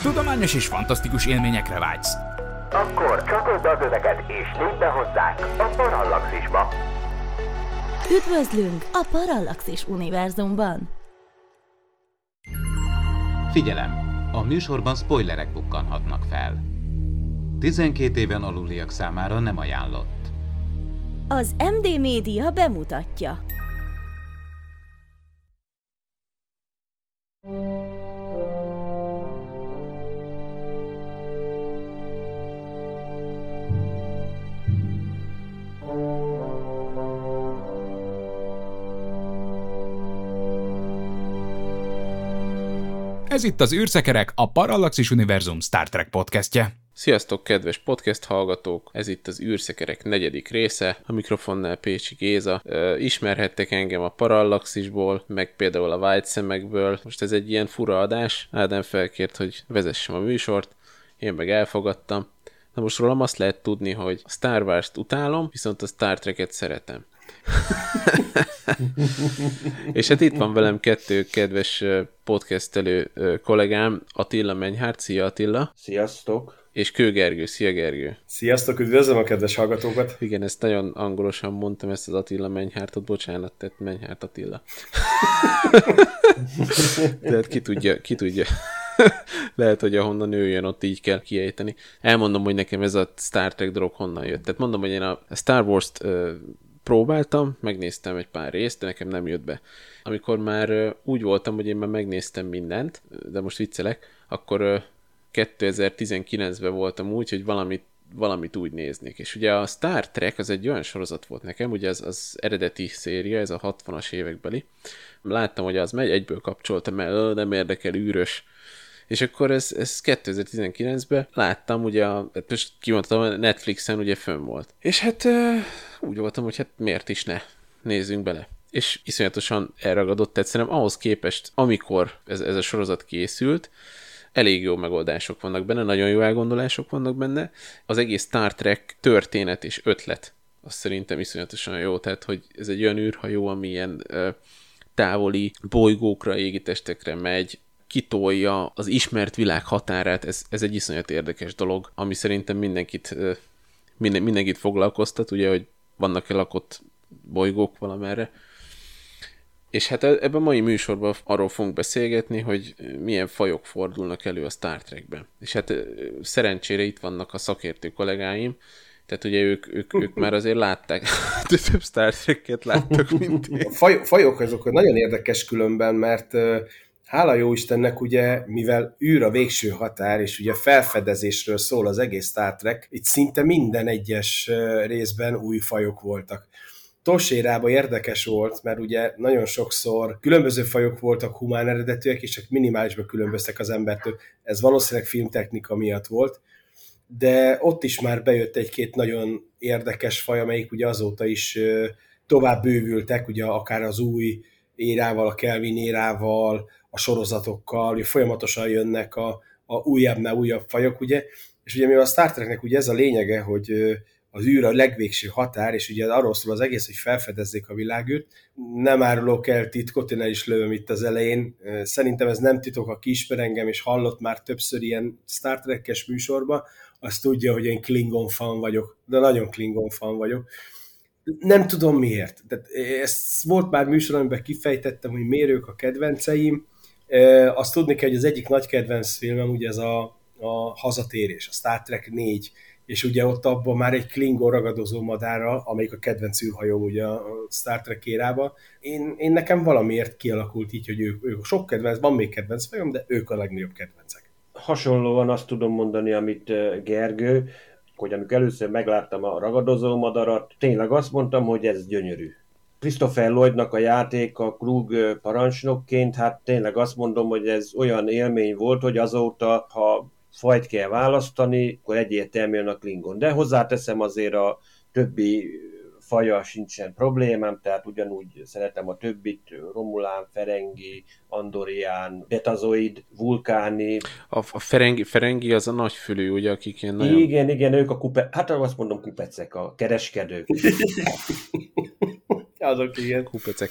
Tudományos és fantasztikus élményekre vágysz? Akkor csatold az öveket és lépj be hozzánk a Parallaxisba! Üdvözlünk a Parallaxis univerzumban! Figyelem! A műsorban spoilerek bukkanhatnak fel. 12 éven aluliak számára nem ajánlott. Az MD Média bemutatja. Ez itt az űrszekerek, a Parallaxis univerzum Star Trek podcastje. Sziasztok, kedves podcast hallgatók! Ez itt az űrszekerek 4. része, a mikrofonnál Pécsi Géza. Ismerhettek engem a Parallaxisból, meg például a Vágyszemekből. Most ez egy ilyen fura adás. Ádám felkért, hogy vezessem a műsort. Én meg elfogadtam. Na most rólam azt lehet tudni, hogy a Star Wars-t utálom, viszont a Star Trek-et szeretem. És hát itt van velem 2 kedves podcastelő kollégám, Attila Menyhárt. Szia Attila! Sziasztok! És Kő Gergő. Szia Gergő! Sziasztok, üdvözlöm a kedves hallgatókat! Igen, ezt nagyon angolosan mondtam, ezt az Attila Menyhártot, bocsánat, tehát Menyhárt Attila. Tehát ki tudja. Lehet, hogy ahonnan ő jön, ott így kell kiejteni. Elmondom, hogy nekem ez a Star Trek dolog honnan jött. Tehát mondom, hogy én a Star Wars-t próbáltam, megnéztem egy pár részt, de nekem nem jött be. Amikor már úgy voltam, hogy én már megnéztem mindent, de most viccelek, akkor 2019-ben voltam úgy, hogy valamit úgy néznék. És ugye a Star Trek az egy olyan sorozat volt nekem, ugye az eredeti széria, ez a 60-as évekbeli. Láttam, hogy az megy, egyből kapcsoltam el, nem érdekel, űrös. És akkor ez 2019-ben láttam, ugye, most kimondtam, a Netflixen ugye fönn volt. És hát úgy voltam, hogy hát miért is ne, nézzünk bele. És iszonyatosan elragadott, tehát szerintem ahhoz képest, amikor ez a sorozat készült, elég jó megoldások vannak benne, nagyon jó elgondolások vannak benne. Az egész Star Trek történet és ötlet, az szerintem iszonyatosan jó, tehát hogy ez egy olyan űrhajó, ami ilyen távoli bolygókra, égitestekre megy, kitolja az ismert világ határát, ez egy iszonyat érdekes dolog, ami szerintem mindenkit foglalkoztat, ugye, hogy vannak-e lakott bolygók valamerre. És hát ebben a mai műsorban arról fogunk beszélgetni, hogy milyen fajok fordulnak elő a Star Trekben. És hát szerencsére itt vannak a szakértő kollégáim, tehát ugye ők már azért látták, több Star Trek-et láttak, mint én. A fajok azok nagyon érdekes különben, mert hála jó Istennek, ugye, mivel űr a végső határ, és ugye felfedezésről szól az egész Star Trek, itt szinte minden egyes részben új fajok voltak. Tosérában érdekes volt, mert ugye nagyon sokszor különböző fajok voltak humán eredetűek, és csak minimálisban különböztek az embertől. Ez valószínűleg filmtechnika miatt volt, de ott is már bejött egy-két nagyon érdekes faj, amelyik ugye azóta is tovább bővültek, ugye akár az új érával, a Kelvin érával, a sorozatokkal, ugye folyamatosan jönnek a újabbnál újabb fajok, ugye, és ugye mivel a Star Treknek ugye ez a lényege, hogy az űr a legvégső határ, és ugye arról szól az egész, hogy felfedezzék a világűrt. Nem árulok el titkot, én el is lövöm itt az elején. Szerintem ez nem titok, aki ismer engem, és hallott már többször ilyen Star Trek-es műsorba, azt tudja, hogy én Klingon fan vagyok, de nagyon Klingon fan vagyok. Nem tudom miért. Tehát ezt volt már műsor, amiben kifejtettem, hogy miért ők a kedvenceim. Azt tudni kell, hogy az egyik nagy kedvenc filmem ugye ez a Hazatérés, a Star Trek 4, és ugye ott abban már egy Klingon ragadozó madárral, amelyik a kedvenc űrhajó ugye a Star Trek érában. Én nekem valamiért kialakult így, hogy ők sok kedvenc, van még kedvenc fajom, de ők a legnagyobb kedvencek. Hasonlóan azt tudom mondani, amit Gergő, hogy amikor először megláttam a ragadozó madarat, tényleg azt mondtam, hogy ez gyönyörű. Christopher Lloydnak a játéka Krug parancsnokként, hát tényleg azt mondom, hogy ez olyan élmény volt, hogy azóta, ha fajt kell választani, akkor egyértelműen a Klingon. De hozzáteszem, azért a többi faja sincsen problémám, tehát ugyanúgy szeretem a többit, Romulán, Ferengi, Andorián, Betazoid, Vulkáni. A Ferengi az a nagyfülű, ugye, akik ilyen nagyon... Igen, ők a azt mondom kupecek, a kereskedők. Azok igen. Kupecek.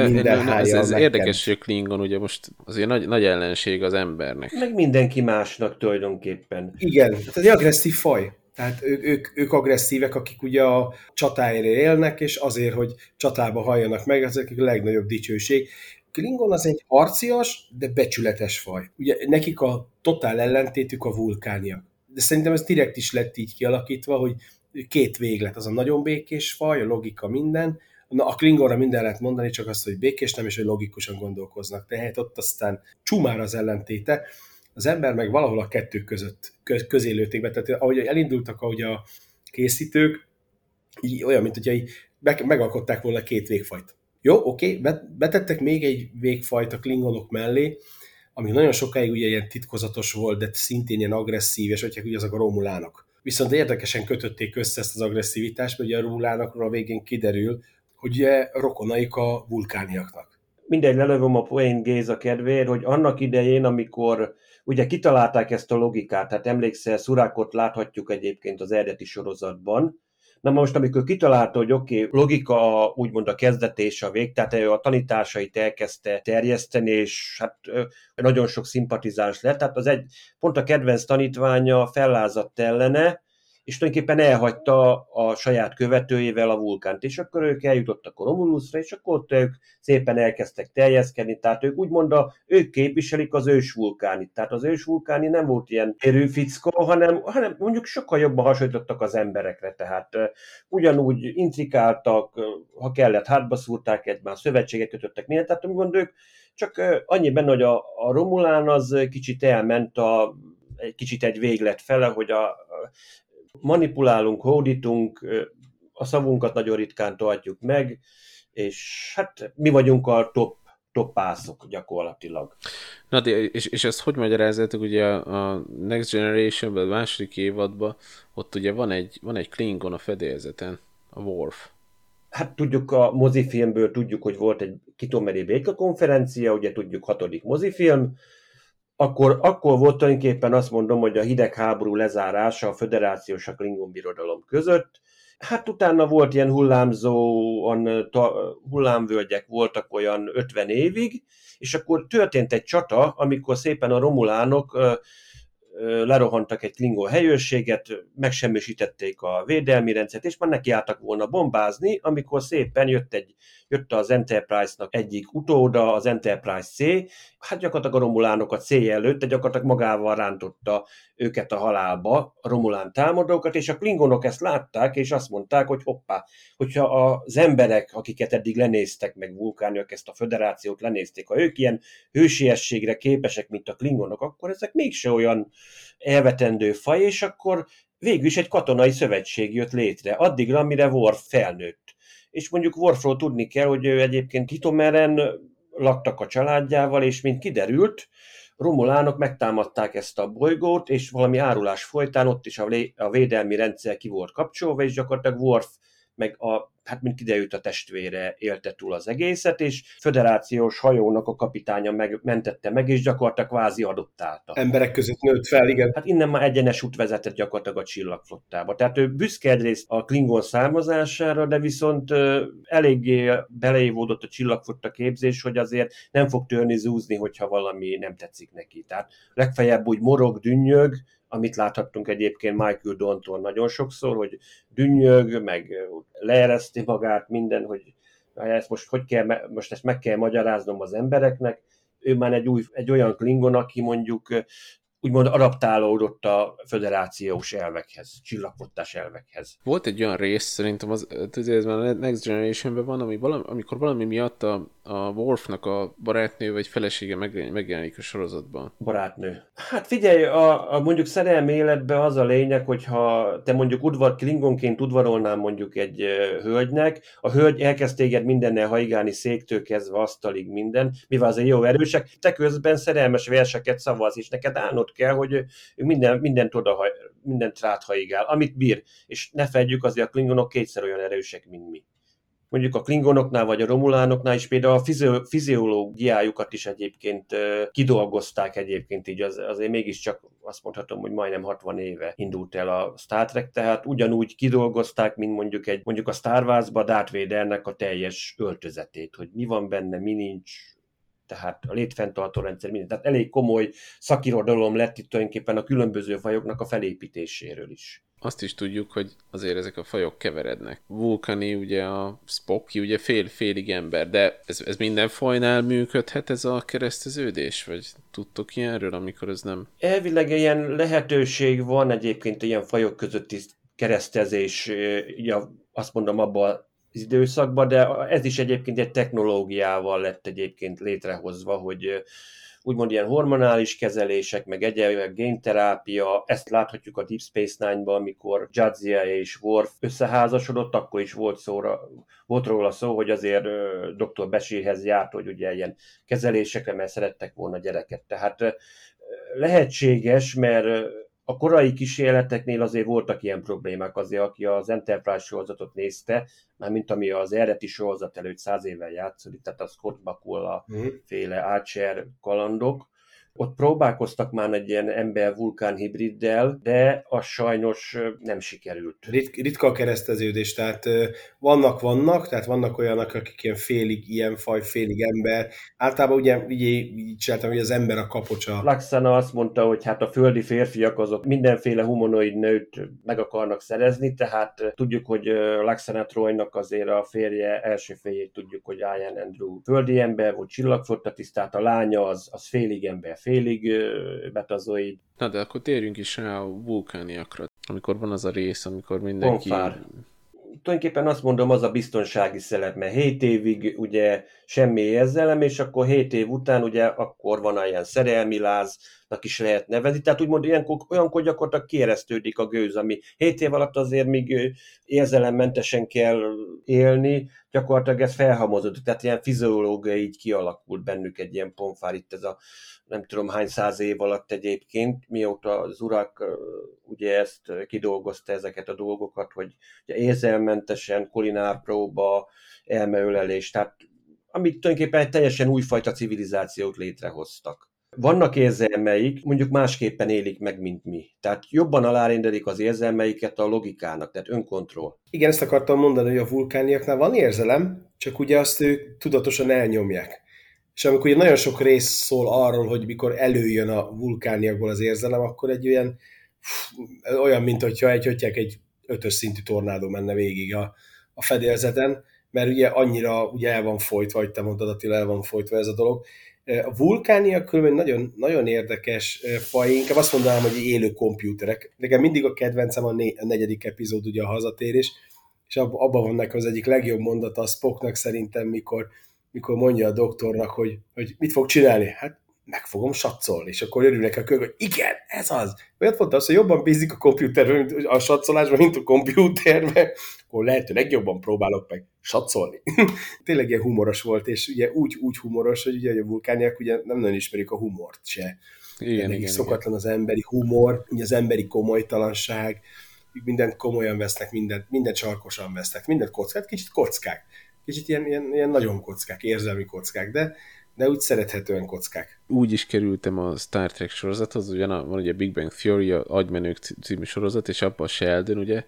Ez hájjal érdekes, hogy a Klingon ugye most azért nagy ellenség az embernek. Meg mindenki másnak tulajdonképpen. Igen, tehát egy agresszív faj. Tehát ők agresszívek, akik ugye a csatáért élnek, és azért, hogy csatába halljanak meg, az a legnagyobb dicsőség. Klingon az egy harcias, de becsületes faj. Ugye nekik a totál ellentétük a vulkániak. De szerintem ez direkt is lett így kialakítva, hogy két véglet, az a nagyon békés faj, a logika minden. Na, a Klingonra minden lehet mondani, csak azt, hogy békés nem, és hogy logikusan gondolkoznak. Tehát ott aztán csumár az ellentéte. Az ember meg valahol a kettő között közélőték be. Tehát ahogy elindultak ahogy a készítők, így olyan, mint hogyha így megalkották volna két végfajt. Jó, oké, betettek még egy végfajt a klingonok mellé, ami nagyon sokáig ugye ilyen titkozatos volt, de szintén ilyen agresszív, és ugye azok a romulánok. Viszont érdekesen kötötték össze ezt az agresszivitást, mert ugye a romulánokról a végén kiderül, hogy ugye rokonaik a vulkániaknak. Mindegy, lelövöm a poén Géza kedvéért, hogy annak idején, amikor ugye kitalálták ezt a logikát, tehát emlékszel, Szurákot láthatjuk egyébként az eredeti sorozatban. Na most, amikor kitalálta, hogy oké, logika úgymond a kezdet és a vég, tehát ő a tanításait elkezdte terjeszteni, és hát nagyon sok szimpatizáns lett, tehát pont a kedvenc tanítványa fellázadt ellene, és tulajdonképpen elhagyta a saját követőjével a vulkánt, és akkor ők eljutottak a Romulusra, és akkor ott ők szépen elkezdtek terjeszkedni, tehát ők úgymond ők képviselik az ősvulkánit, tehát az ősvulkáni nem volt ilyen erőfickó, hanem mondjuk sokkal jobban hasonlítottak az emberekre, tehát ugyanúgy intrikáltak, ha kellett, hátba szúrták egymást, szövetséget kötöttek, mindent, tehát úgymond ők csak annyi benne, hogy a Romulán az kicsit elment egy kicsit egy véglet fele, hogy manipulálunk, hódítunk, a szavunkat nagyon ritkán tartjuk meg, és hát mi vagyunk a top pászok gyakorlatilag. Na, és ezt hogy magyarázzátok, ugye a Next Generation-ben, a második évadban, ott ugye van egy Klingon a fedélzeten, a Worf. Hát tudjuk, a mozifilmből tudjuk, hogy volt egy kitomeri békakonferencia, ugye tudjuk, 6. mozifilm, akkor volt tulajdonképpen azt mondom, hogy a hidegháború lezárása a föderációs a Klingon birodalom között. Hát utána volt ilyen hullámvölgyek voltak olyan 50 évig, és akkor történt egy csata, amikor szépen a romulánok lerohantak egy Klingon helyőrséget, megsemmisítették a védelmi rendszert, és már nekiálltak volna bombázni, amikor szépen jött az Enterprise-nak egyik utóda, az Enterprise C, hát gyakorlatilag a romulánokat célja előtt, gyakorlatilag magával rántotta őket a halálba, a romulán támadókat, és a klingonok ezt látták, és azt mondták, hogy hoppá, hogyha az emberek, akiket eddig lenéztek, meg vulkániak ezt a föderációt lenézték, ha ők ilyen hősiességre képesek, mint a klingonok, akkor ezek mégse olyan elvetendő faj, és akkor végül is egy katonai szövetség jött létre, addigra, amire Worf felnőtt. És mondjuk Worfról tudni kell, hogy ő egyébként Kitomeren laktak a családjával, és mint kiderült, romulánok megtámadták ezt a bolygót, és valami árulás folytán ott is a védelmi rendszer ki volt kapcsolva, és gyakorlatilag Worf meg hát mint kiderült, a testvére élte túl az egészet, és föderációs hajónak a kapitánya mentette meg, és gyakorlatilag kvázi adottálta. Emberek között nőtt fel, igen. Hát innen már egyenes út vezetett gyakorlatilag a csillagflottába. Tehát ő büszke egyrészt a Klingon származására, de viszont eléggé beleívódott a csillagflotta képzés, hogy azért nem fog törni zúzni, hogyha valami nem tetszik neki. Tehát legfeljebb úgy morog, dünnyög, amit láthattunk egyébként Michael Dorntól nagyon sokszor, hogy dünnyög, meg leereszti magát, minden, hogy ezt most ezt meg kell magyaráznom az embereknek. Ő már egy olyan Klingon, aki mondjuk úgymond adaptálódott a föderációs elvekhez, csillagflottás elvekhez. Volt egy olyan rész, szerintem az a Next Generation-ben van, amikor valami miatt a Worfnak a barátnő vagy felesége megjelenik a sorozatban. Barátnő. Hát figyelj, mondjuk szerelmi életben az a lényeg, hogyha te mondjuk klingonként udvarolnál mondjuk egy hölgynek, a hölgy elkezd téged mindennel haigálni, széktől kezdve asztalig minden, mivel azért jó erősek, te közben szerelmes verseket szavaz, és neked állnod kell, hogy ő mindent ráthaigál, amit bír. És ne feledjük, azért a klingonok kétszer olyan erősek, mint mi. mondjuk a klingonoknál vagy a romulánoknál is például a fiziológiájukat is egyébként kidolgozták egyébként, így azért mégiscsak azt mondhatom, hogy majdnem 60 éve indult el a Star Trek, tehát ugyanúgy kidolgozták, mint mondjuk a Star Wars-ba Darth Vadernek a teljes öltözetét, hogy mi van benne, mi nincs, tehát a létfenntartó rendszer, minden. Tehát elég komoly szakirodalom lett itt tulajdonképpen a különböző fajoknak a felépítéséről is. Azt is tudjuk, hogy azért ezek a fajok keverednek. Vulkani, ugye a Spocky, ugye félig ember, de ez minden fajnál működhet ez a kereszteződés? Vagy tudtok ilyenről, amikor ez nem? Elvileg ilyen lehetőség van egyébként ilyen fajok közötti keresztezés, azt mondom abban az időszakban, de ez is egyébként egy technológiával lett egyébként létrehozva, hogy úgymond ilyen hormonális kezelések, meg egyébként génterápia, ezt láthatjuk a Deep Space Nine-ban, amikor Jadzia és Worf összeházasodott, akkor is volt róla szó, hogy azért Dr. Bashirhez járt, hogy ugye ilyen kezelésekre, mert szerettek volna gyereket. Tehát lehetséges, mert a korai kísérleteknél azért voltak ilyen problémák, azért aki az Enterprise sorozatot nézte, mármint ami az eredeti sorozat előtt 100 évvel játszódik, tehát a Scott Bakula féle Archer kalandok. Ott próbálkoztak már egy ilyen ember-vulkán hibriddel, de az sajnos nem sikerült. Ritka a kereszteződés, tehát vannak olyanok, akik ilyen félig ilyen faj, félig ember. Általában ugye így csináltam, hogy az ember a kapocsa. Lwaxana azt mondta, hogy hát a földi férfiak azok mindenféle humanoid nőt meg akarnak szerezni, tehát tudjuk, hogy Lwaxana Troi-nak azért a férje, első férjét tudjuk, hogy Ian Andrew földi ember volt, csillagflotta tisztát, a lánya az félig ember, félig betazoid. Na de akkor térjünk is rá a vulkániakra, amikor van az a rész, amikor mindenki... Bonfár. Tulajdonképpen azt mondom, az a biztonsági szelet, mert 7 évig ugye semmi érzelem, és akkor 7 év után ugye akkor van ilyen szerelmi láznak is lehet nevezni, tehát úgymond olyankor gyakorlatilag kieresztődik a gőz, ami 7 év alatt azért még érzelemmentesen kell élni, gyakorlatilag ez felhamozódott, tehát ilyen fiziológiai így kialakult bennük egy ilyen ponfár, itt ez a nem tudom hány 100 év alatt egyébként, mióta az urak ugye ezt kidolgozta ezeket a dolgokat, hogy érzelmentesen, kulinárpróba, elmeölelés, tehát amit tulajdonképpen egy teljesen újfajta civilizációt létrehoztak. Vannak érzelmeik, mondjuk másképpen élik meg, mint mi. Tehát jobban alárendelik az érzelmeiket a logikának, tehát önkontroll. Igen, ezt akartam mondani, hogy a vulkániaknál van érzelem, csak ugye azt ők tudatosan elnyomják. És amikor ugye nagyon sok rész szól arról, hogy mikor előjön a vulkániakból az érzelem, akkor egy olyan, mint hogyha egy 5-ös szintű tornádó menne végig a fedélzeten, mert ugye annyira ugye el van folytva, hogy te mondtad, Attila, el van folytva ez a dolog. A vulkániak különben nagyon, nagyon érdekes faj, inkább azt mondanám, hogy élő kompjúterek. Nekem mindig a kedvencem a 4. epizód, ugye a hazatérés, és abban van nekem az egyik legjobb mondata a Spocknak szerintem, mikor mondja a doktornak, hogy mit fog csinálni. Hát meg fogom satszolni, és akkor örülnek a kölyök, hogy igen, ez az. Olyat mondta azt, hogy jobban bízik a komputerben, a satszolásban, mint a komputerben, akkor lehet, hogy legjobban próbálok meg satszolni. Tényleg ilyen humoros volt, és ugye úgy humoros, hogy ugye a vulkániak ugye nem nagyon ismerik a humort se. Igen, szokatlan az emberi humor, ugye az emberi komolytalanság, mindent komolyan vesznek, mindent sarkosan vesznek, mindent kockát, kicsit kockák. Kicsit ilyen nagyon kockák, érzelmi kockák, de úgy szerethetően kockák. Úgy is kerültem a Star Trek sorozathoz, van ugye Big Bang Theory, a Agymenők című sorozat, és abban a Sheldon, ugye,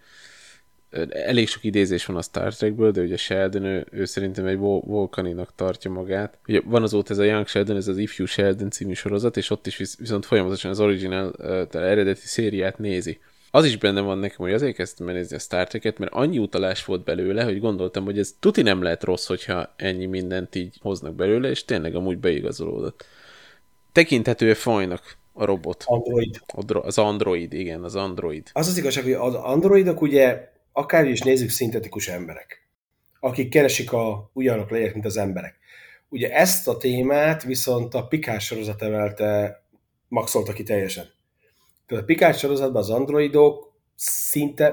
elég sok idézés van a Star Trekből, de ugye Sheldon, ő szerintem egy vulkaninak tartja magát. Ugye van azóta ez a Young Sheldon, ez az Ifjú Sheldon című sorozat, és ott is viszont folyamatosan az original, eredeti szériát nézi. Az is benne van nekem, hogy azért kezdtem megnézni a Star Trek-et, mert annyi utalás volt belőle, hogy gondoltam, hogy ez tuti nem lehet rossz, hogyha ennyi mindent így hoznak belőle, és tényleg amúgy beigazolódott. Tekinthető fajnak a robot. Android. Az android, igen, az android. Az az igazság, hogy az androidok ugye akár is nézzük szintetikus emberek, akik keresik ugyanolyanok legyek, mint az emberek. Ugye ezt a témát viszont a Picard sorozat emelte, maxolta ki teljesen. Tehát a Picard sorozatban az androidok szinte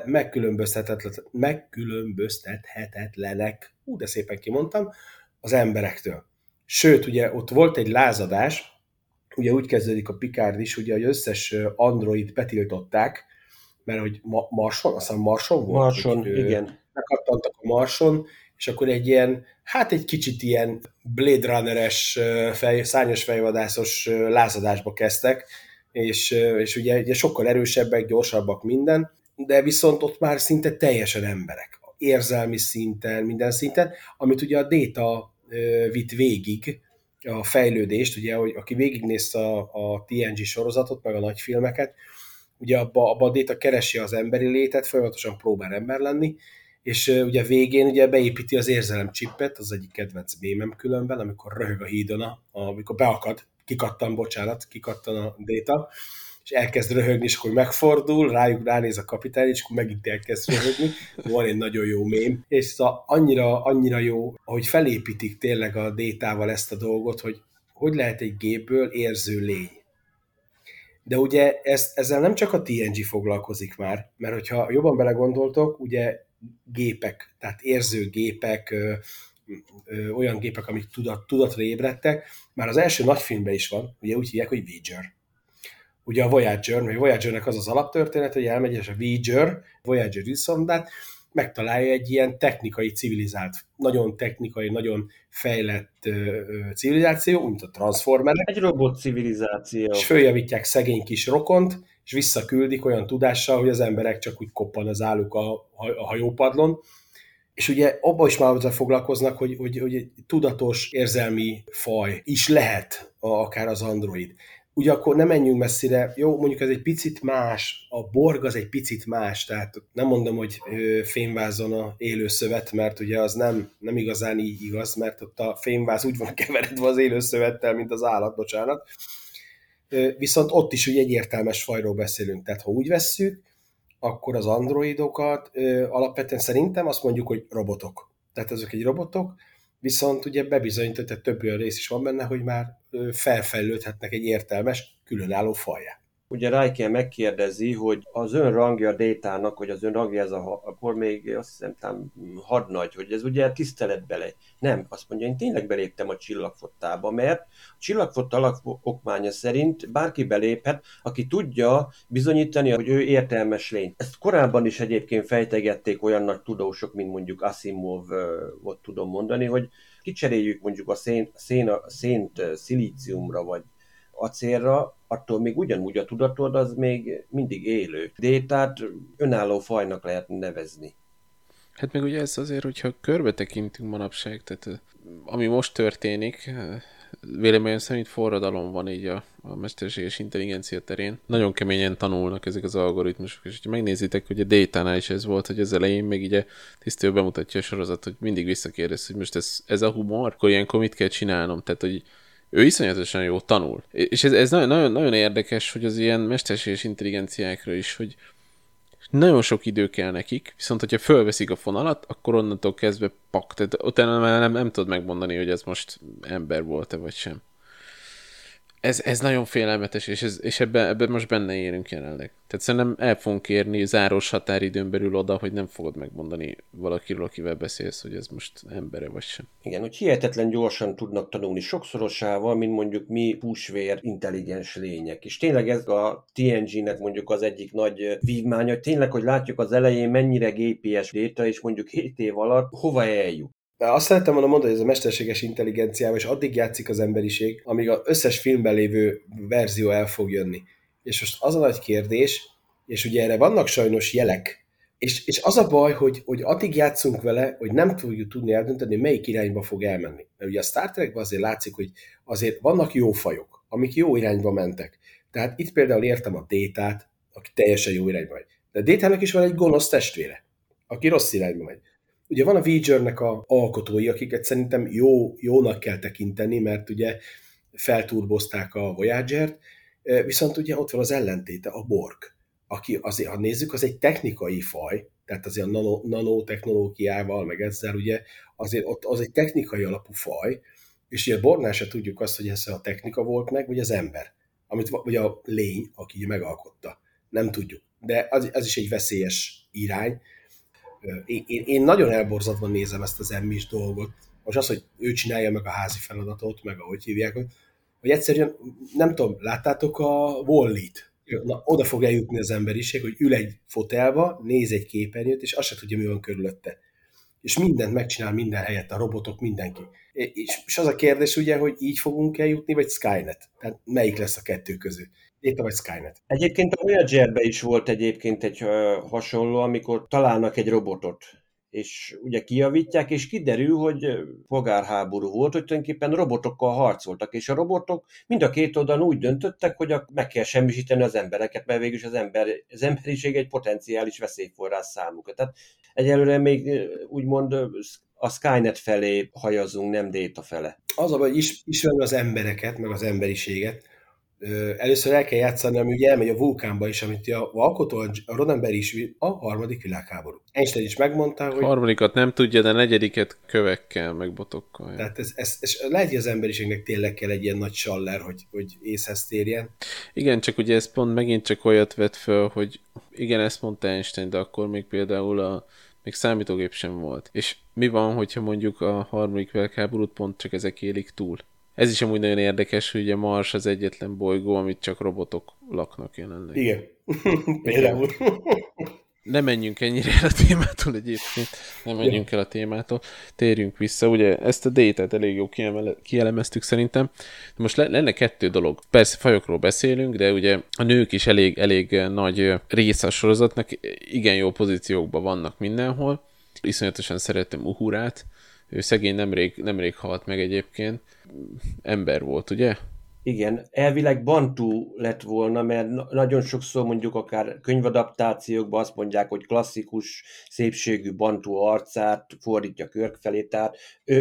megkülönböztethetetlenek, de szépen kimondtam, az emberektől. Sőt, ugye ott volt egy lázadás, ugye úgy kezdődik a Picard is, ugye, hogy összes android betiltották, mert hogy Marson, azt hiszem Marson volt? Marson, igen. Megkattantak a Marson, és akkor egy ilyen, hát egy kicsit ilyen Blade Runner-es, szárnyas fejvadászos lázadásba kezdtek, és ugye sokkal erősebbek, gyorsabbak minden, de viszont ott már szinte teljesen emberek. Érzelmi szinten, minden szinten, amit ugye a Data vitt végig, a fejlődést, ugye, hogy aki végignézte a TNG sorozatot, meg a nagyfilmeket, ugye abba a Data keresi az emberi létet, folyamatosan próbál ember lenni, és ugye végén ugye beépíti az érzelemcsippet, az egyik kedvenc mémem különben, amikor röhög a hídon, amikor kikattan a Data, és elkezd röhögni, és akkor megfordul, ránéz a kapitány, és akkor megint elkezd röhögni. Van egy nagyon jó mém, és szóval annyira jó, ahogy felépítik tényleg a Datával ezt a dolgot, hogy lehet egy gépből érző lény. De ugye ezzel nem csak a TNG foglalkozik már, mert hogyha jobban belegondoltok, ugye gépek, tehát érző gépek, olyan gépek, amik tudatra ébredtek, már az első nagyfilmben is van, ugye úgy hívják, hogy Voyager. Ugye a Voyagernek az alaptörténet, hogy elmegy, és a Voyager űrszondát megtalálja egy ilyen technikai civilizált, nagyon technikai, nagyon fejlett civilizáció, mint a Transformerek. Egy robot civilizáció. És följavítják szegény kis rokont, és visszaküldik olyan tudással, hogy az emberek csak úgy koppan az álluk a hajópadlon. És ugye abban is már foglalkoznak, hogy egy tudatos érzelmi faj is lehet akár az android. Ugye akkor nem menjünk messzire, jó, mondjuk ez egy picit más, a Borg az egy picit más, tehát nem mondom, hogy fémvázon a élőszövet, mert ugye az nem igazán így igaz, mert ott a fémváz úgy van keveredve az élőszövettel, mint az állat, bocsánat. Viszont ott is ugye egy értelmes fajról beszélünk, tehát ha úgy vesszük, akkor az androidokat alapvetően szerintem azt mondjuk, hogy robotok. Tehát ezek egy robotok, viszont ugye bebizonyított, tehát több olyan rész is van benne, hogy már felfejlődhetnek egy értelmes, különálló fajjá. Ugye Riker megkérdezi, hogy az ön rangja Détának, hogy az ön rangja ez akkor még azt hiszem talán hadnagy, hogy ez ugye tisztelet bele. Nem, azt mondja, én tényleg beléptem a csillagflottába, mert a csillagflotta alapokmánya szerint bárki beléphet, aki tudja bizonyítani, hogy ő értelmes lény. Ezt korábban is egyébként fejtegették olyan nagy tudósok, mint mondjuk Asimovot tudom mondani, hogy kicseréljük mondjuk a szént szilíciumra, vagy acélra, attól még ugyanúgy a tudatod az még mindig élő. Détát önálló fajnak lehet nevezni. Hát meg ugye ez azért, hogyha körbe tekintünk manapság, tehát ami most történik, véleményem szerint forradalom van így a mesterséges intelligencia terén. Nagyon keményen tanulnak ezek az algoritmusok, és ha megnézitek, hogy a Datánál is ez volt, hogy az elején meg így a tisztő bemutatja a sorozat, hogy mindig visszakérdez, hogy most ez a humor, akkor ilyenkor mit kell csinálnom, tehát hogy ő iszonyatosan jó tanul. És ez nagyon, nagyon érdekes, hogy az ilyen mesterséges intelligenciákra is, hogy nagyon sok idő kell nekik, viszont hogyha fölveszik a fonalat, akkor onnantól kezdve pak. Tehát utána már nem tudod megmondani, hogy ez most ember volt-e vagy sem. Ez nagyon félelmetes, és ebben most benne érünk jelenleg. Tehát szerintem el fogunk kérni záros határidőn belül oda, hogy nem fogod megmondani valakiről, akivel beszélsz, hogy ez most embere vagy sem. Igen, hogy hihetetlen gyorsan tudnak tanulni sokszorosával, mint mondjuk mi húsvér intelligens lények. És tényleg ez a TNG-nek mondjuk az egyik nagy vívmánya, hogy tényleg, hogy látjuk az elején mennyire GPS Data, és mondjuk 7 év alatt hova eljut. De azt szerettem volna mondani, hogy ez a mesterséges intelligenciával, és addig játszik az emberiség, amíg az összes filmben lévő verzió el fog jönni. És most az a nagy kérdés, és ugye erre vannak sajnos jelek, és az a baj, hogy addig játszunk vele, hogy nem tudjuk tudni eldönteni, melyik irányba fog elmenni. Mert ugye a Star Trekben azért látszik, hogy azért vannak jó fajok, amik jó irányba mentek. Tehát itt például értem a Détát, aki teljesen jó irányba megy. De a Détának is van egy gonosz testvére, aki rossz irányba megy. Ugye van a Voyagernek a alkotói, akiket szerintem jónak kell tekinteni, mert ugye felturbozták a Voyager-t, viszont ugye ott van az ellentéte, a Borg, aki azért, ha nézzük, az egy technikai faj, tehát azért a nanotechnológiával, meg ezzel ugye azért ott az egy technikai alapú faj, és ugye a Borgnál se tudjuk azt, hogy ez a technika volt meg, vagy az ember, vagy a lény, aki megalkotta. Nem tudjuk. De az is egy veszélyes irány. Én nagyon elborzadva nézem ezt az emmis dolgot. Most az, hogy ő csinálja meg a házi feladatot, meg ahogy hívják, hogy egyszerűen, nem tudom, láttátok a Wall-E-t? Na, oda fog eljutni az emberiség, hogy ül egy fotelba, néz egy képernyőt, és azt se tudja, mi van körülötte. és mindent megcsinál minden helyett, a robotok, mindenki. És az a kérdés ugye, hogy így fogunk eljutni, vagy Skynet? Tehát melyik lesz a kettő közül? Data vagy Skynet? Egyébként a Voyager-ben is volt egyébként egy hasonló, amikor találnak egy robotot, és ugye kijavítják, és kiderül, hogy polgárháború volt, hogy tulajdonképpen robotokkal harcoltak, és a robotok mind a két oldalon úgy döntöttek, hogy meg kell semmisíteni az embereket, mert végülis az emberiség egy potenciális veszélyforrás számukra. Tehát egyelőre még úgymond a Skynet felé hajazunk, nem Data fele. Az a baj, hogy ismerve az embereket, meg az emberiséget, először el kell játszani, ami ugye elmegy a vulkánba is, amit a alkotó, a Roddenberry is a harmadik világháború. Einstein is megmondta, hogy... Harmadikat nem tudja, de negyediket kövekkel, meg botokkal. Tehát ez lehet, hogy az emberiségnek tényleg kell egy ilyen nagy saller, hogy észhez térjen. Igen, csak ugye ez pont megint csak olyat vett föl, hogy igen, ezt mondta Einstein, de akkor még például még számítógép sem volt. És mi van, hogyha mondjuk a harmadik világháborút pont csak ezek élik túl? Ez is amúgy nagyon érdekes, hogy a Mars az egyetlen bolygó, amit csak robotok laknak jelenleg. Igen. Például. Ne menjünk ennyire el a témától egyébként. Nem menjünk el a témától. Térjünk vissza. Ugye ezt a Data-t elég jó kielemeztük szerintem. De most lenne kettő dolog. Persze fajokról beszélünk, de ugye a nők is elég nagy része a sorozatnak. Igen jó pozíciókban vannak mindenhol. Iszonyatosan szeretem Uhurát. Ő szegény nemrég halt meg egyébként. Ember volt, ugye? Igen, elvileg Bantu lett volna, mert nagyon sokszor mondjuk akár könyvadaptációkban azt mondják, hogy klasszikus szépségű Bantu arcát fordítja Kirk felé, tehát ő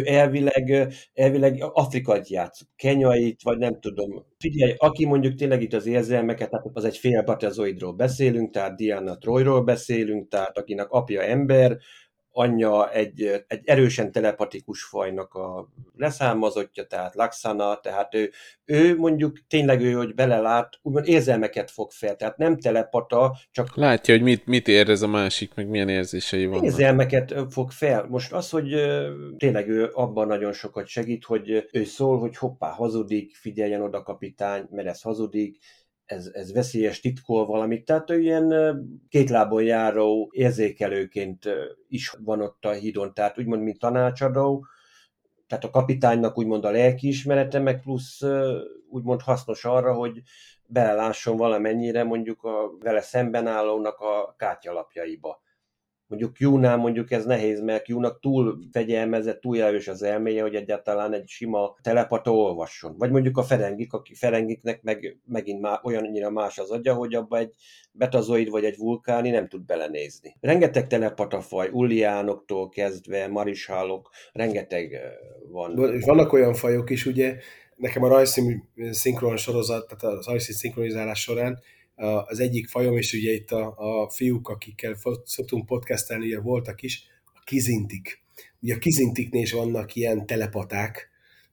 elvileg Afrikait játszik, kenyait, vagy nem tudom. Figyelj, aki mondjuk tényleg itt az érzelmeket, tehát az egy félpatezoidról beszélünk, tehát Diana Troyról beszélünk, tehát akinek apja ember, anyja egy erősen telepatikus fajnak a leszármazottja, tehát Laxana, tehát ő mondjuk tényleg hogy belelát, úgymond érzelmeket fog fel, tehát nem telepata, csak... Látja, hogy mit érez a másik, meg milyen érzései vannak. Érzelmeket fog fel. Most az, hogy tényleg ő abban nagyon sokat segít, hogy ő szól, hogy hoppá, hazudik, figyeljen oda kapitány, mert ez hazudik, ez veszélyes, titkol valamit, tehát ő ilyen két lábon járó érzékelőként is van ott a hídon, tehát úgymond, mint tanácsadó, tehát a kapitánynak úgymond a lelkiismerete, meg plusz úgymond hasznos arra, hogy belelásson valamennyire mondjuk a vele szemben állónak a kártyalapjaiba. Mondjuk Q-nál mondjuk ez nehéz, mert Q-nak túl fegyelmezett, túl erős az elméje, hogy egyáltalán egy sima telepata olvasson. Vagy mondjuk a Ferengiknek meg megint olyannyira más az agya, hogy abba egy betazoid vagy egy vulkáni nem tud belenézni. Rengeteg telepatafaj, ulliánoktól kezdve, marishálok, rengeteg van. Vannak olyan fajok is, ugye, nekem a rajzszínű szinkron sorozat, tehát az rajzszín szinkronizálás során az egyik fajom, és ugye itt a fiúk, akikkel szoktunk podcastelni, ugye voltak is, a kizintik. Ugye a kizintiknél is vannak ilyen telepaták,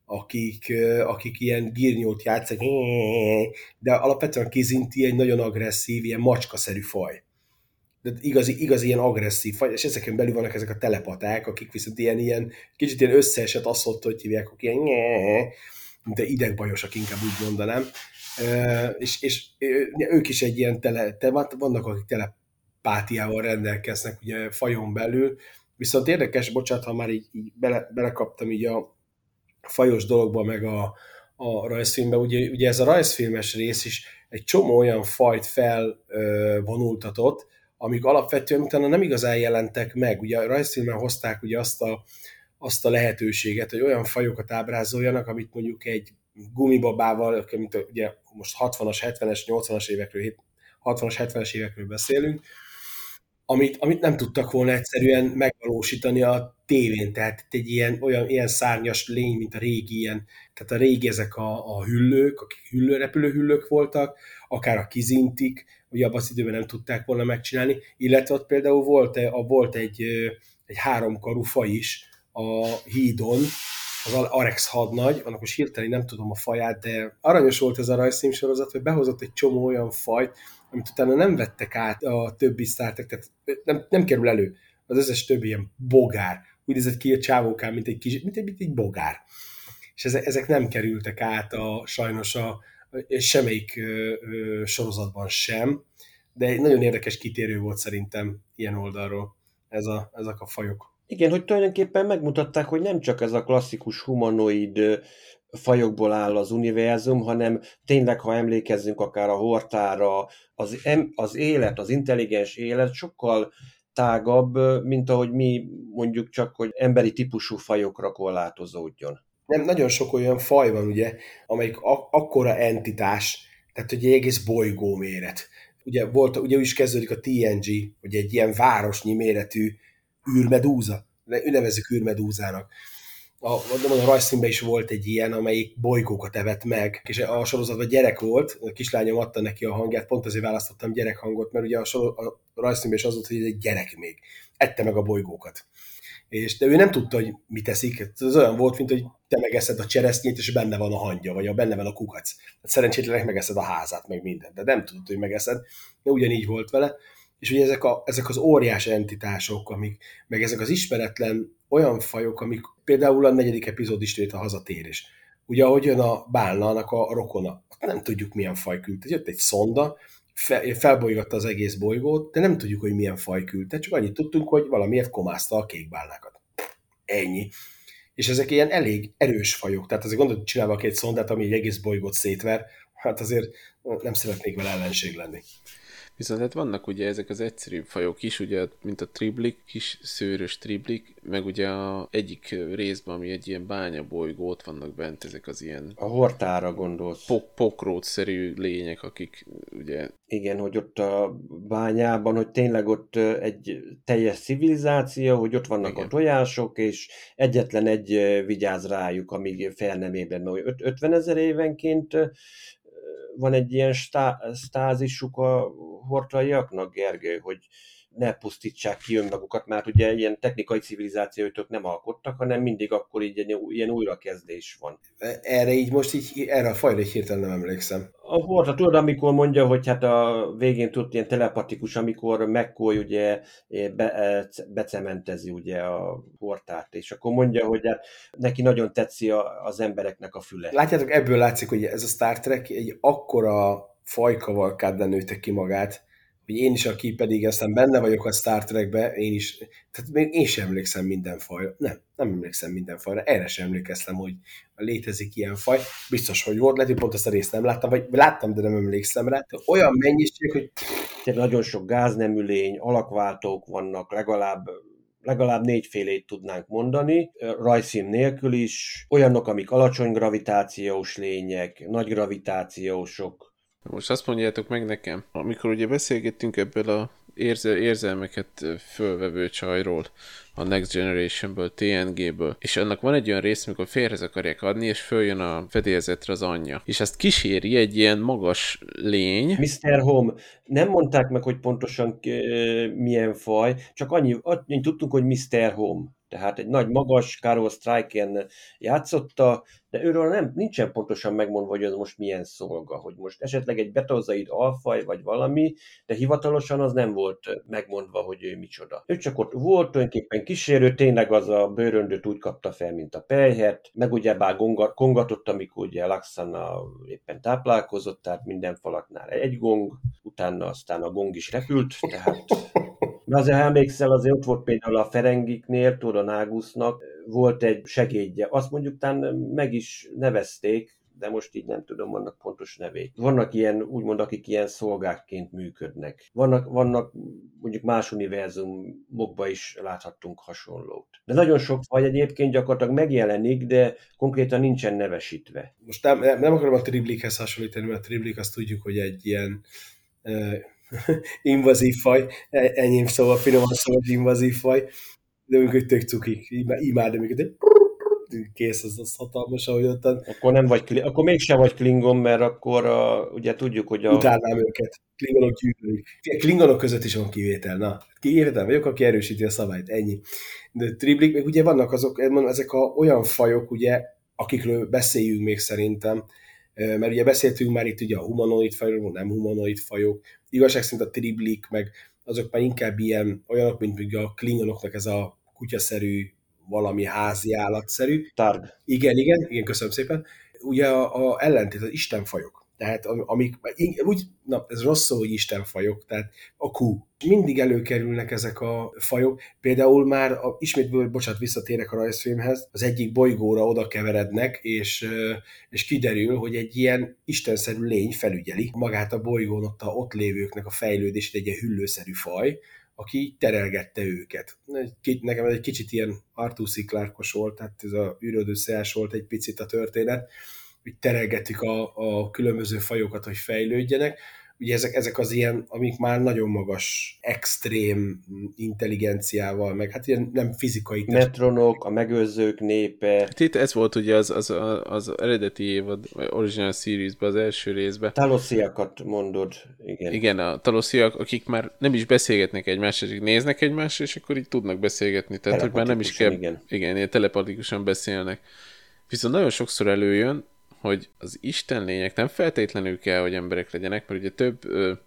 akik ilyen gírnyót játszik, de alapvetően a kizinti egy nagyon agresszív, ilyen macskaszerű faj. De igazi ilyen agresszív faj, és ezeken belül vannak ezek a telepaták, akik viszont ilyen kicsit ilyen összeesett asszott, hogy hívják, akik ilyen, mint a idegbajosak, inkább úgy mondanám. És ők is egy ilyen vannak, akik telepátiával rendelkeznek ugye fajon belül, viszont érdekes, bocsánat, ha már így belekaptam így a fajos dologba, meg a rajzfilmbe, ugye ez a rajzfilmes rész is egy csomó olyan fajt felvonultatott, amik alapvetően utána nem igazán jelentek meg. Ugye a rajzfilmen hozták ugye azt a lehetőséget, hogy olyan fajokat ábrázoljanak, amit mondjuk egy gumibabával, mint ugye most 60-as, 70-es, 80-as évekről, 60-as, 70-es évekről beszélünk, amit nem tudtak volna egyszerűen megvalósítani a tévén, tehát egy ilyen szárnyas lény, mint a régi ilyen, tehát a régi ezek a hüllők, akik repülőhüllők voltak, akár a kizintik, ugye abban az időben nem tudták volna megcsinálni, illetve ott például volt egy háromkarú faj is a hídon, az Arex hadnagy, annak most hirtelen nem tudom a faját, de aranyos volt ez a rajzfilmsorozat, hogy behozott egy csomó olyan fajt, amit utána nem vettek át a többi Star Trek, tehát nem kerül elő. Az összes többi ilyen bogár. Úgy nézett ki a csávókán, mint egy bogár. És ezek nem kerültek át sajnos semmelyik sorozatban sem, de egy nagyon érdekes kitérő volt szerintem ilyen oldalról ezek a fajok. Igen, hogy tulajdonképpen megmutatták, hogy nem csak ez a klasszikus humanoid fajokból áll az univerzum, hanem tényleg, ha emlékezzünk akár a Hortára, az élet, az intelligens élet sokkal tágabb, mint ahogy mi mondjuk csak, hogy emberi típusú fajokra korlátozódjon. Nem, nagyon sok olyan faj van, ugye, amelyik akkora entitás, tehát hogy egy egész bolygó méret. Ugye úgy is kezdődik a TNG, hogy egy ilyen városnyi méretű űrmedúza, nevezzük űrmedúzának. A rajzfilmben is volt egy ilyen, amelyik bolygókat evett meg, és a sorozatban gyerek volt, a kislányom adta neki a hangját, pont azért választottam gyerekhangot, mert ugye a rajzfilmben is az volt, hogy ez egy gyerek még. Ette meg a bolygókat. De ő nem tudta, hogy mit eszik. Ez olyan volt, mint hogy te megeszed a cseresznyét, és benne van a hangya, vagy benne van a kukac. Hát szerencsétlenek megeszed a házát, meg mindent. De nem tudod, hogy megeszed. De ugyanígy volt vele. És ugye ezek az óriás entitások, meg ezek az ismeretlen olyan fajok, amik például a 4. epizód is a hazatérés. Ugye, ahogy jön a Bálnának a rokona, nem tudjuk, milyen faj küldte. Jött egy szonda, felbolygatta az egész bolygót, de nem tudjuk, hogy milyen faj küldte, csak annyit tudtunk, hogy valamiért komázta a kékbálnákat. Ennyi. És ezek ilyen elég erős fajok, tehát azért gondolod, hogy csinálva egy szondát, ami egy egész bolygót szétver, hát azért nem szeretnék vele ellenség lenni. Viszont hát vannak ugye ezek az egyszerűbb fajok is, ugye, mint a triblik, kis szőrös triblik, meg ugye egyik részben, ami egy ilyen bányabolygó, ott vannak bent ezek az ilyen... A Hortára gondolsz. Pokrótszerű lények, akik ugye... Igen, hogy ott a bányában, hogy tényleg ott egy teljes civilizáció, hogy ott vannak a tojások, és egyetlen egy vigyáz rájuk, amíg fel nem ébred, mert 50 000 évenként van egy ilyen stázisuk a hortaiaknak, Gergő, hogy ne pusztítsák ki önmagukat, mert ugye ilyen technikai civilizációitok nem alkottak, hanem mindig akkor így ilyen újrakezdés van. Erre a fajra hirtelen nem emlékszem. A Horta, tudod, amikor mondja, hogy hát a végén tudott ilyen telepatikus, amikor McCoy ugye becementezi ugye a Hortát, és akkor mondja, hogy hát neki nagyon tetszi az embereknek a füle. Látjátok, ebből látszik, hogy ez a Star Trek egy akkora fajkavalkádban nőtte ki magát, hogy én is, aki pedig aztán benne vagyok a Star Trekbe, tehát még én sem emlékszem minden fajra. Nem emlékszem minden fajra. Erre sem emlékeztem, hogy létezik ilyen faj. Biztos, hogy volt, lehet, hogy pont ezt a részt nem láttam, vagy láttam, de nem emlékszem rá. De olyan mennyiség, hogy... Nagyon sok gáznemű lény, alakváltók vannak, legalább 4 félét tudnánk mondani, rajzfilm nélkül is, olyanok, amik alacsony gravitációs lények, nagy gravitációsok. Most azt mondjátok meg nekem, amikor ugye beszélgettünk ebből a érzelmeket fölvevő csajról, a Next Generationből, TNG-ből, és annak van egy olyan rész, amikor félhez akarják adni, és följön a fedélzetre az anyja. És azt kíséri egy ilyen magas lény. Mr. Home. Nem mondták meg, hogy pontosan milyen faj, csak annyi tudtunk, hogy Mr. Home. Tehát egy nagy, magas, Carol Stryken játszotta, de őről nincsen pontosan megmondva, hogy ez most milyen szolga, hogy most esetleg egy betazoid alfaj, vagy valami, de hivatalosan az nem volt megmondva, hogy ő micsoda. Ő csak ott volt, tulajdonképpen kísérő, tényleg az a bőröndöt úgy kapta fel, mint a pelyhet, meg ugyebár kongatott, amikor ugye Laxana éppen táplálkozott, tehát minden falaknál egy gong, utána aztán a gong is repült, tehát... De azért emlékszel, azért ott volt például a Ferengiknél, tudod, a Nágusznak volt egy segédje. Azt mondjuk után meg is nevezték, de most így nem tudom annak pontos nevét. Vannak ilyen, úgymond, akik ilyen szolgákként működnek. Vannak mondjuk más univerzumokban is láthattunk hasonlót. De nagyon sok faj egyébként gyakorlatilag megjelenik, de konkrétan nincsen nevesítve. Most nem akarom a Triblikhez hasonlítani, mert a Triblik azt tudjuk, hogy egy ilyen... invazív faj, enyém szóval finoman szóval invazív faj, de amikor tök cukik, imádom őket, kész, az hatalmas, ahogy ottan. Akkor mégsem vagy Klingon, mert akkor ugye tudjuk, hogy Utálnám őket. Klingonok gyűlölik. Klingonok között is van kivétel. Na, kivétel vagyok, aki erősíti a szabályt. Ennyi. De Triblik, meg ugye vannak ezek olyan fajok, ugye, akikről beszéljünk még szerintem, mert ugye beszéltünk már itt ugye a humanoid fajról, nem humanoid fajok, igazság szerint a Triblik, meg azok már inkább ilyen olyanok, mint a Klingonoknak ez a kutyaszerű, valami házi állatszerű. Targ. Igen, köszönöm szépen. Ugye a ellentét, az istenfajok. Tehát amik, úgy, na ez rossz szó, hogy istenfajok, tehát a Q. Mindig előkerülnek ezek a fajok, például már, ismét, bocsánat, visszatérek a rajzfilmhez, az egyik bolygóra oda keverednek, és kiderül, hogy egy ilyen istenszerű lény felügyeli magát a bolygón ott lévőknek a fejlődését, egy ilyen hüllőszerű faj, aki terelgette őket. Nekem ez egy kicsit ilyen Arthur C. Clarke-os volt, tehát ez a űröldő szeás volt egy picit a történet, hogy terelgetik a különböző fajokat, hogy fejlődjenek. Ugye ezek az ilyen, amik már nagyon magas, extrém intelligenciával, meg hát ilyen nem fizikai... Metronok, a megőrzők népe. Hát itt ez volt ugye az eredeti évad, vagy original seriesben, az első részben. Talosziakat mondod, igen. Igen, a talosziak, akik már nem is beszélgetnek egymással, csak néznek egymásra, és akkor így tudnak beszélgetni. Tehát, hogy már nem is kell... Igen, telepatikusan beszélnek. Viszont nagyon sokszor előjön, hogy az istenlények nem feltétlenül kell, hogy emberek legyenek, mert ugye több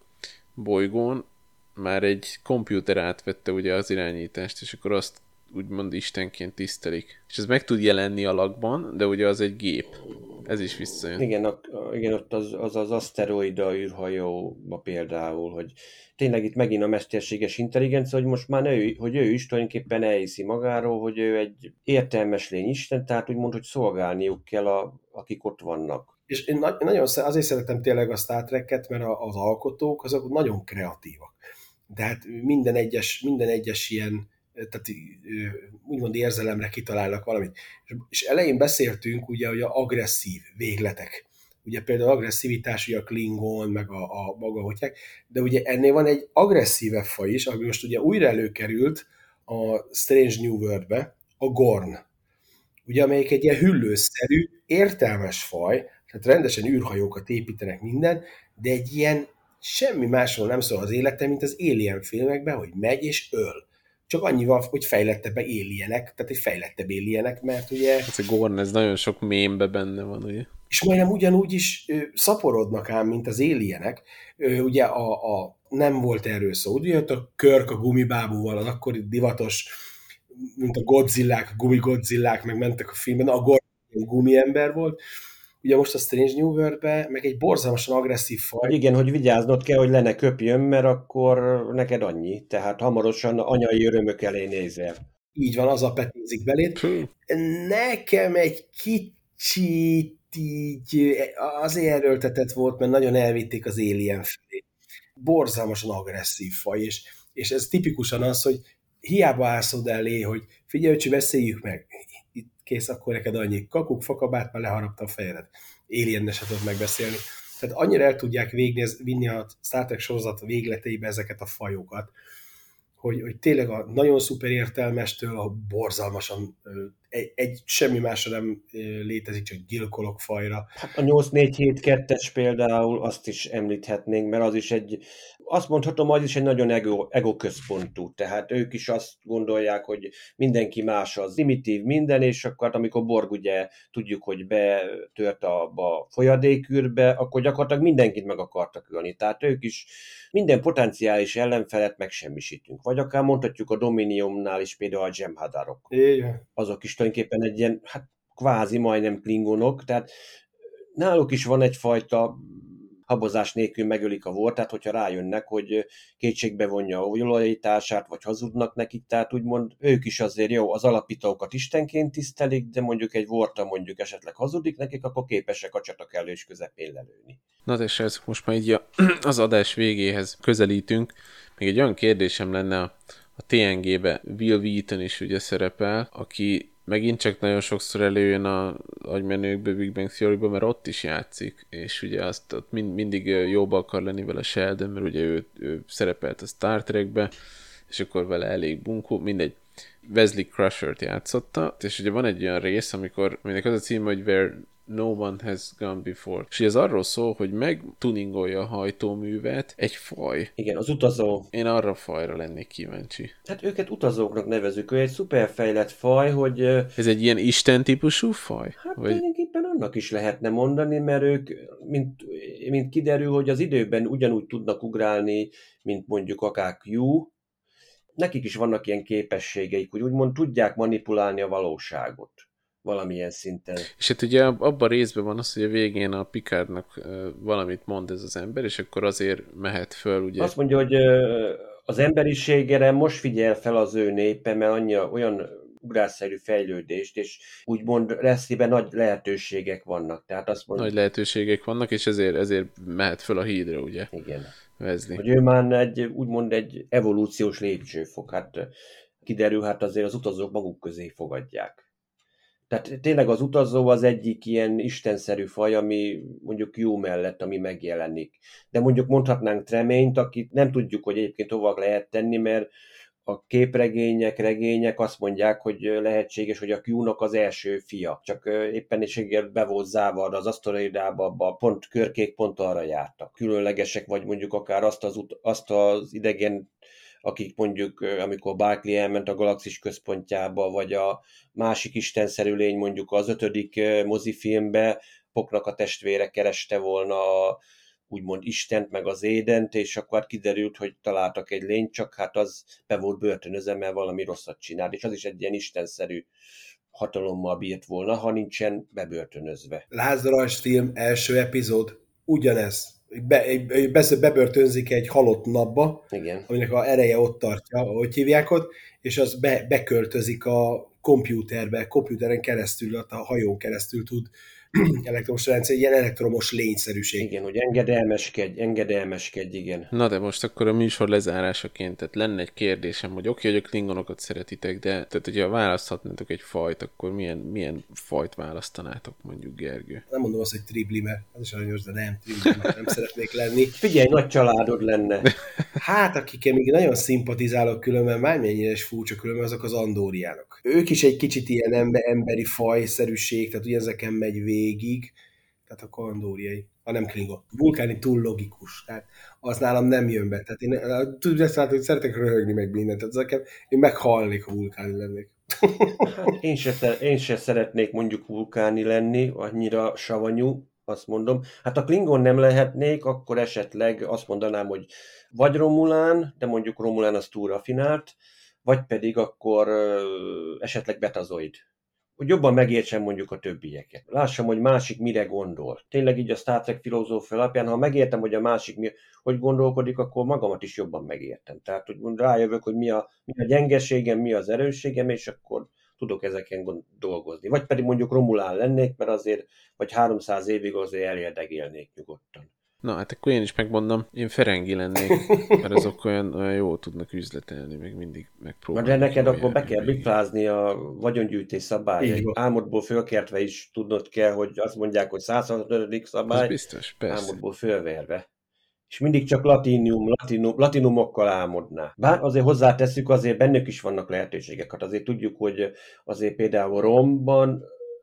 bolygón már egy komputer átvette ugye az irányítást, és akkor azt úgymond istenként tisztelik. És ez meg tud jelenni alakban, de ugye az egy gép. Ez is visszajön. Igen, ott az aszteroida űrhajóba például, hogy tényleg itt megint a mesterséges intelligencia, hogy most már ő is tulajdonképpen elhiszi magáról, hogy ő egy értelmes lény isten, tehát úgymond, hogy szolgálniuk kell akik ott vannak. És én nagyon azért szeretem tényleg a Star Trek-et, mert az alkotók azok nagyon kreatívak. De hát minden egyes ilyen, tehát úgymond érzelemre kitalálnak valamit. És elején beszéltünk ugye, hogy a agresszív végletek. Ugye például agresszivitás, ugye a Klingon, meg a maga hogyják, de ugye ennél van egy agresszívebb faj is, ami most ugye újra előkerült a Strange New World-be, a Gorn. Ugye, amelyik egy ilyen hüllőszerű, értelmes faj, tehát rendesen űrhajókat építenek minden, de egy ilyen semmi másról nem szól az élete, mint az Alien filmekben, hogy megy és öl. Csak annyival, hogy fejlettebb alienek, tehát egy fejlettebb alienek, mert ugye... Ez a Gorn, ez nagyon sok mémbe benne van, ugye? És majdnem ugyanúgy is szaporodnak ám, mint az alienek. Ugye nem volt erről szó. Ugye a Kirk a gumibábúval, az akkori divatos, mint a Godzillák, a gumigodzillák, meg mentek a filmben, a Gorn gumiember volt. Ugye most a Strange New World-ben meg egy borzalmasan agresszív faj. Igen, hogy vigyáznod kell, hogy le ne köpjön, mert akkor neked annyi. Tehát hamarosan anyai örömök elé nézel. Így van, az a petézik beléd. Nekem egy kicsit így azért erőltetett volt, mert nagyon elvitték az Alien felé. Borzalmasan agresszív faj, és ez tipikusan az, hogy hiába állsz oda elé, hogy figyelj, öcsi, beszéljük meg. Itt kész, akkor neked annyi kakuk, fakabát, már leharapta a fejedet. Alien-ne se tudod megbeszélni. Tehát annyira el tudják vinni a Star Trek sorozat végleteibe ezeket a fajokat, hogy tényleg a nagyon szuper értelmestől a borzalmasan egy semmi másra nem létezik, csak gyilkolok fajra. Hát a 8472-es például azt is említhetnénk, mert az is azt mondhatom, az is egy nagyon egoközpontú, tehát ők is azt gondolják, hogy mindenki más az primitív minden, és akkor amikor Borg ugye tudjuk, hogy betört a folyadékűrbe, akkor gyakorlatilag mindenkit meg akartak ölni, tehát ők is minden potenciális ellenfelet megsemmisítünk. Vagy akár mondhatjuk a Dominiumnál is például a Jem'Hadarok. Azok is tulajdonképpen egy ilyen, hát kvázi majdnem klingonok, tehát náluk is van egyfajta habozás nélkül megölik a Vortát, hogyha rájönnek, hogy kétségbe vonja a lojalitását, vagy hazudnak nekik, tehát úgymond ők is azért jó, az alapítókat istenként tisztelik, de mondjuk egy Vorta mondjuk esetleg hazudik nekik, akkor képesek a csata kellős közepén lelőni. Na de srácok, most már így az adás végéhez közelítünk. Még egy olyan kérdésem lenne a TNG-be, Will Wheaton is ugye szerepel, aki megint csak nagyon sokszor előjön a agymenőkbe, Big Bang Theory-ba, mert ott is játszik, és ugye azt ott mindig jóba akar lenni vele Sheldon, mert ugye ő szerepelt a Star Trekbe, és akkor vele elég bunkó, mindegy. Wesley Crusher-t játszotta, és ugye van egy olyan rész, aminek az a címe, hogy Where No One Has Gone Before. És ez arról szól, hogy megtuningolja a hajtóművet egy faj. Igen, az utazó. Én arra a fajra lennék kíváncsi. Hát őket utazóknak nevezzük, ő egy szuperfejlett faj, hogy... Ez egy ilyen Isten típusú faj? Hát tulajdonképpen annak is lehetne mondani, mert ők, mint kiderül, hogy az időben ugyanúgy tudnak ugrálni, mint mondjuk akár Q. Nekik is vannak ilyen képességeik, hogy úgymond tudják manipulálni a valóságot. valamilyen szinten. És hát ugye abban részben van az, hogy a végén a Picardnak valamit mond ez az ember, és akkor azért mehet föl, ugye? Azt mondja, hogy az emberiségre most figyel fel az ő népe, mert olyan ugrásszerű fejlődést, és úgymond reszében nagy lehetőségek vannak. Tehát azt mondja, nagy lehetőségek vannak, és ezért mehet föl a hídra, ugye? igen. Wesley. Hogy ő már úgymond egy evolúciós lépcsőfok. Hát kiderül, hát azért az utazók maguk közé fogadják. Tehát tényleg az utazó az egyik ilyen istenszerű faj, ami mondjuk jó mellett, ami megjelenik. De mondjuk mondhatnánk Treményt, akit nem tudjuk, hogy egyébként hova lehet tenni, mert a regények azt mondják, hogy lehetséges, hogy a Q-nak az első fia. Csak éppenséggel be volt zárva az aszteroidába, pont körkék pont arra jártak. Különlegesek, vagy mondjuk akár azt az idegen, akik mondjuk, amikor Barclay elment a galaxis központjába, vagy a másik istenszerű lény mondjuk az 5. mozifilmbe, Poknak a testvére kereste volna úgymond Istent, meg az Édent, és akkor kiderült, hogy találtak egy lényt, csak hát az be volt börtönözve, mert valami rosszat csinált, és az is egy ilyen istenszerű hatalommal bírt volna, ha nincsen bebörtönözve. Lázarás film első epizód ugyanez. Bebörtönzik egy halott napba, Igen. aminek a ereje ott tartja, ahogy hívják ott, és az beköltözik a komputeren keresztül, a hajón keresztül tud elektromos rendszer, ilyen elektromos lényszerűség. Igen, hogy engedelmeskedj, igen. Na de most akkor a műsor lezárásaként, tehát lenne egy kérdésem, hogy oké, hogy a klingonokat szeretitek, de tehát hogyha választhatnátok egy fajt, akkor milyen fajt választanátok, mondjuk, Gergő? Nem mondom azt, hogy tribli, mert az is aranyos, de nem tribli, mert nem szeretnék lenni. Figyelj, nagy családod lenne. Hát, akikkel még nagyon szimpatizálok különben, bármennyire is furcsa különben, azok az andóriánok. Ők is egy kicsit ilyen emberi fajszerűség, tehát ugye ezeken megy végig, tehát a andóriai, nem klingon. Vulkáni túl logikus, tehát az nálam nem jön be. Tehát én tudod, hogy szeretek röhögni meg mindent, tehát nekem, én meghalnék, ha vulkáni lennék. Én se szeretnék mondjuk vulkáni lenni, annyira savanyú, azt mondom. Hát a klingon nem lehetnék, akkor esetleg azt mondanám, hogy vagy Romulán, de mondjuk Romulán az túl rafinált, vagy pedig akkor esetleg betazoid. Hogy jobban megértsem mondjuk a többieket. Lássam, hogy másik mire gondol. Tényleg így a Star Trek filozófia alapján, ha megértem, hogy a másik hogy gondolkodik, akkor magamat is jobban megértem. Tehát, hogy rájövök, hogy mi a gyengeségem, mi az erősségem, és akkor tudok ezeken dolgozni. Vagy pedig mondjuk Romulán lennék, mert azért, vagy 300 évig azért elérdegélnék nyugodtan. Na, hát akkor én is megmondom, én Ferengi lennék, mert azok olyan jól tudnak üzletelni, meg mindig megpróbálni. De neked akkor be kell biplázni a vagyongyűjtés szabályait. Álmodból fölkertve is tudnod kell, hogy azt mondják, hogy 165. szabály. Az biztos, persze. Álmodból fölverve. És mindig csak latinumokkal álmodná. Bár azért hozzátesszük, azért bennük is vannak lehetőségek. Hát azért tudjuk, hogy azért például Romban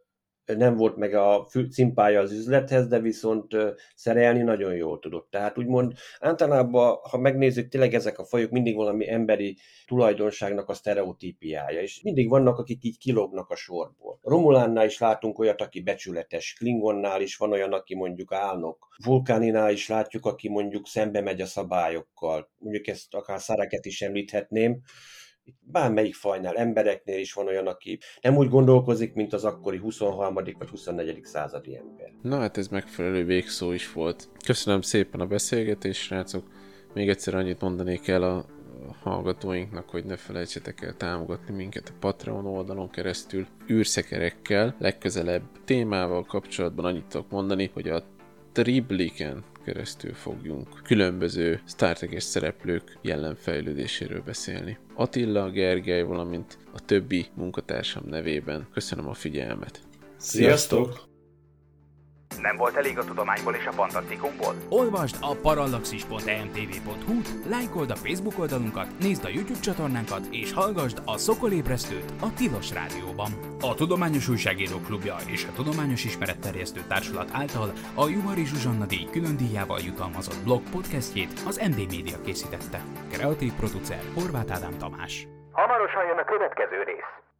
nem volt meg a cimpája az üzlethez, de viszont szerelni nagyon jól tudott. Tehát úgymond általában, ha megnézzük, tényleg ezek a fajok mindig valami emberi tulajdonságnak a sztereotípiája, és mindig vannak, akik így kilógnak a sorból. Romulánnál is látunk olyat, aki becsületes, Klingonnál is van olyan, aki mondjuk álnok, Vulkáninál is látjuk, aki mondjuk szembe megy a szabályokkal. Mondjuk ezt akár Sareket is említhetném. Bármelyik fajnál, embereknél is van olyan, aki nem úgy gondolkozik, mint az akkori 23. vagy 24. századi ember. Na hát ez megfelelő végszó is volt. Köszönöm szépen a beszélgetést, srácok. Még egyszer annyit mondanék el a hallgatóinknak, hogy ne felejtsetek el támogatni minket a Patreon oldalon keresztül űrszekerekkel. Legközelebb témával kapcsolatban annyit tudok mondani, hogy a Tribliken keresztül fogjunk különböző Star Trek-es szereplők jelenfejlődéséről beszélni. Attila, Gergely, valamint a többi munkatársam nevében köszönöm a figyelmet. Sziasztok! Nem volt elég a tudományból és a fantasztikumból? Olvasd a parallaxis.emtv.hu-t, lájkold a Facebook oldalunkat, nézd a YouTube csatornánkat, és hallgasd a Szokolébresztőt a Tilos Rádióban. A Tudományos Újságírók Klubja és a Tudományos Ismeretterjesztő Társulat által a Juhari Zsuzsanna díj külön díjával jutalmazott blog podcastjét az MD Media készítette. Kreatív producer Horváth Ádám Tamás. Hamarosan jön a következő rész.